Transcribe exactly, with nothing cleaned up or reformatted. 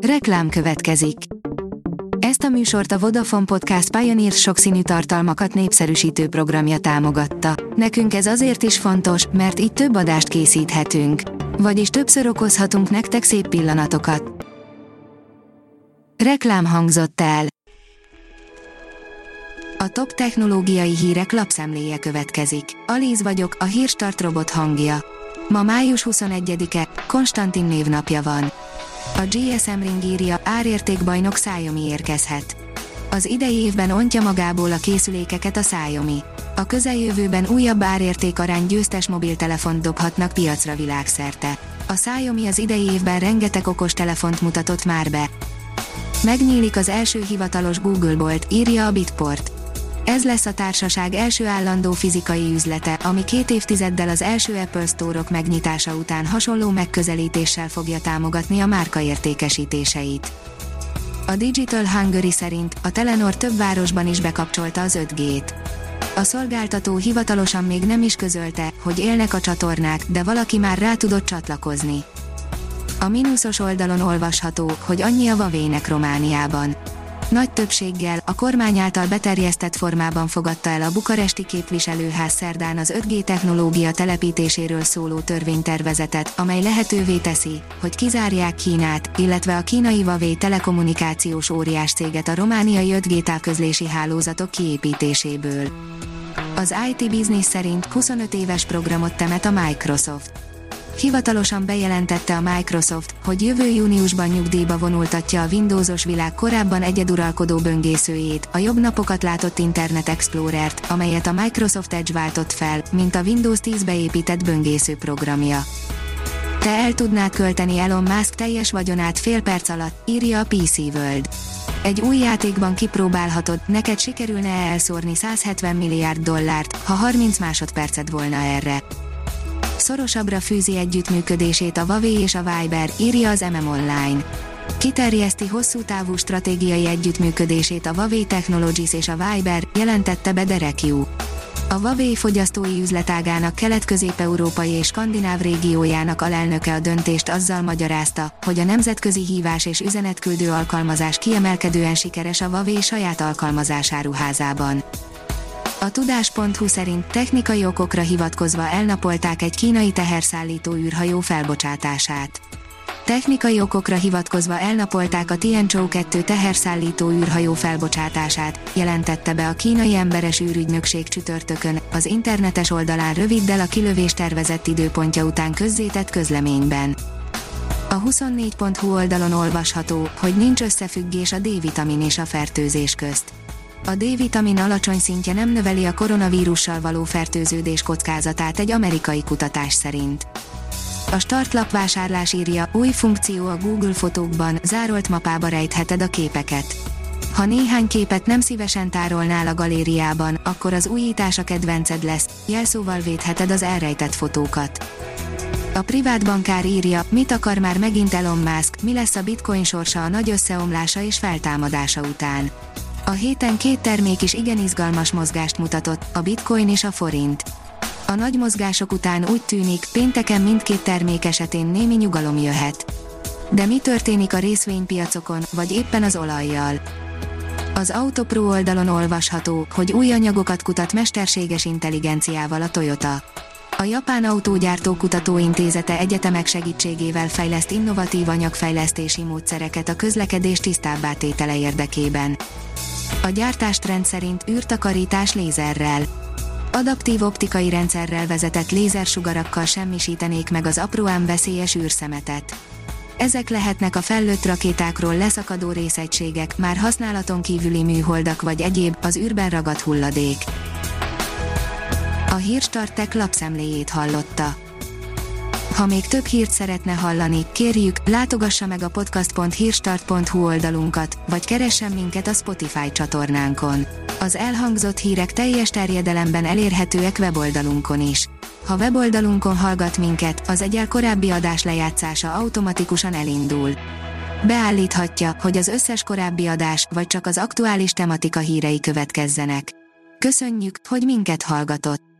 Reklám következik. Ezt a műsort a Vodafone Podcast Pioneer sokszínű tartalmakat népszerűsítő programja támogatta. Nekünk ez azért is fontos, mert így több adást készíthetünk. Vagyis többször okozhatunk nektek szép pillanatokat. Reklám hangzott el. A top technológiai hírek lapszemléje következik. Alíz vagyok, a Hírstart robot hangja. Ma május huszonegyedike, Konstantin névnapja van. A gé es em Ring írja, árértékbajnok Xiaomi érkezhet. Az idei évben ontja magából a készülékeket a Xiaomi. A közeljövőben újabb árértékarány győztes mobiltelefont dobhatnak piacra világszerte. A Xiaomi az idei évben rengeteg okostelefont mutatott már be. Megnyílik az első hivatalos Google bolt, írja a Bitport. Ez lesz a társaság első állandó fizikai üzlete, ami két évtizeddel az első Apple Store-ok megnyitása után hasonló megközelítéssel fogja támogatni a márka értékesítéseit. A Digital Hungary szerint a Telenor több városban is bekapcsolta az öt gét. A szolgáltató hivatalosan még nem is közölte, hogy élnek a csatornák, de valaki már rá tudott csatlakozni. A mínuszos oldalon olvasható, hogy annyi a Huawei-nek Romániában. Nagy többséggel, a kormány által beterjesztett formában fogadta el a bukaresti képviselőház szerdán az öt gé technológia telepítéséről szóló törvénytervezetet, amely lehetővé teszi, hogy kizárják Kínát, illetve a kínai Huawei telekommunikációs óriáscéget a romániai öt gé távközlési hálózatok kiépítéséből. Az i té Business szerint huszonöt éves programot temet a Microsoft. Hivatalosan bejelentette a Microsoft, hogy jövő júniusban nyugdíjba vonultatja a Windowsos világ korábban egyeduralkodó böngészőjét, a jobb napokat látott Internet Explorert, amelyet a Microsoft Edge váltott fel, mint a Windows tíz beépített böngésző programja. Te el tudnád költeni Elon Musk teljes vagyonát fél perc alatt, írja a pé cé World. Egy új játékban kipróbálhatod, neked sikerülne-e elszórni száz hetven milliárd dollárt, ha harminc másodperced volna erre. Szorosabbra fűzi együttműködését a Huawei és a Viber, írja az em em Online. Kiterjeszti hosszú távú stratégiai együttműködését a Huawei Technologies és a Viber, jelentette be Derek Yu. A Huawei fogyasztói üzletágának kelet-közép-európai és skandináv régiójának alelnöke a döntést azzal magyarázta, hogy a nemzetközi hívás és üzenetküldő alkalmazás kiemelkedően sikeres a Huawei saját alkalmazásáruházában. A tudás pont hu szerint technikai okokra hivatkozva elnapolták egy kínai teherszállító űrhajó felbocsátását. Technikai okokra hivatkozva elnapolták a Tianzhou kettő teherszállító űrhajó felbocsátását, jelentette be a kínai emberes űrügynökség csütörtökön, az internetes oldalán röviddel a kilövés tervezett időpontja után közzétett közleményben. A huszonnégy pont hu oldalon olvasható, hogy nincs összefüggés a D-vitamin és a fertőzés közt. A D-vitamin alacsony szintje nem növeli a koronavírussal való fertőződés kockázatát egy amerikai kutatás szerint. A startlap vásárlás írja, új funkció a Google Fotókban, zárolt mapába rejtheted a képeket. Ha néhány képet nem szívesen tárolnál a galériában, akkor az újítás a kedvenced lesz, jelszóval védheted az elrejtett fotókat. A privát bankár írja, mit akar már megint Elon Musk, mi lesz a bitcoin sorsa a nagy összeomlása és feltámadása után. A héten két termék is igen izgalmas mozgást mutatott, a bitcoin és a forint. A nagy mozgások után úgy tűnik, pénteken mindkét termék esetén némi nyugalom jöhet. De mi történik a részvénypiacokon, vagy éppen az olajjal? Az Autopro oldalon olvasható, hogy új anyagokat kutat mesterséges intelligenciával a Toyota. A Japán Autógyártó Kutatóintézete egyetemek segítségével fejleszt innovatív anyagfejlesztési módszereket a közlekedés tisztábbá tétele érdekében. A gyártástrend szerint űrtakarítás lézerrel. Adaptív optikai rendszerrel vezetett lézersugarakkal semmisítenék meg az apró ám veszélyes űrszemetet. Ezek lehetnek a fellőtt rakétákról leszakadó részegységek, már használaton kívüli műholdak vagy egyéb, az űrben ragadt hulladék. A Hírstart Tech lapszemléjét hallotta. Ha még több hírt szeretne hallani, kérjük, látogassa meg a podcast pont hírstart pont hu oldalunkat, vagy keressen minket a Spotify csatornánkon. Az elhangzott hírek teljes terjedelemben elérhetőek weboldalunkon is. Ha weboldalunkon hallgat minket, az egyel korábbi adás lejátszása automatikusan elindul. Beállíthatja, hogy az összes korábbi adás, vagy csak az aktuális tematika hírei következzenek. Köszönjük, hogy minket hallgatott!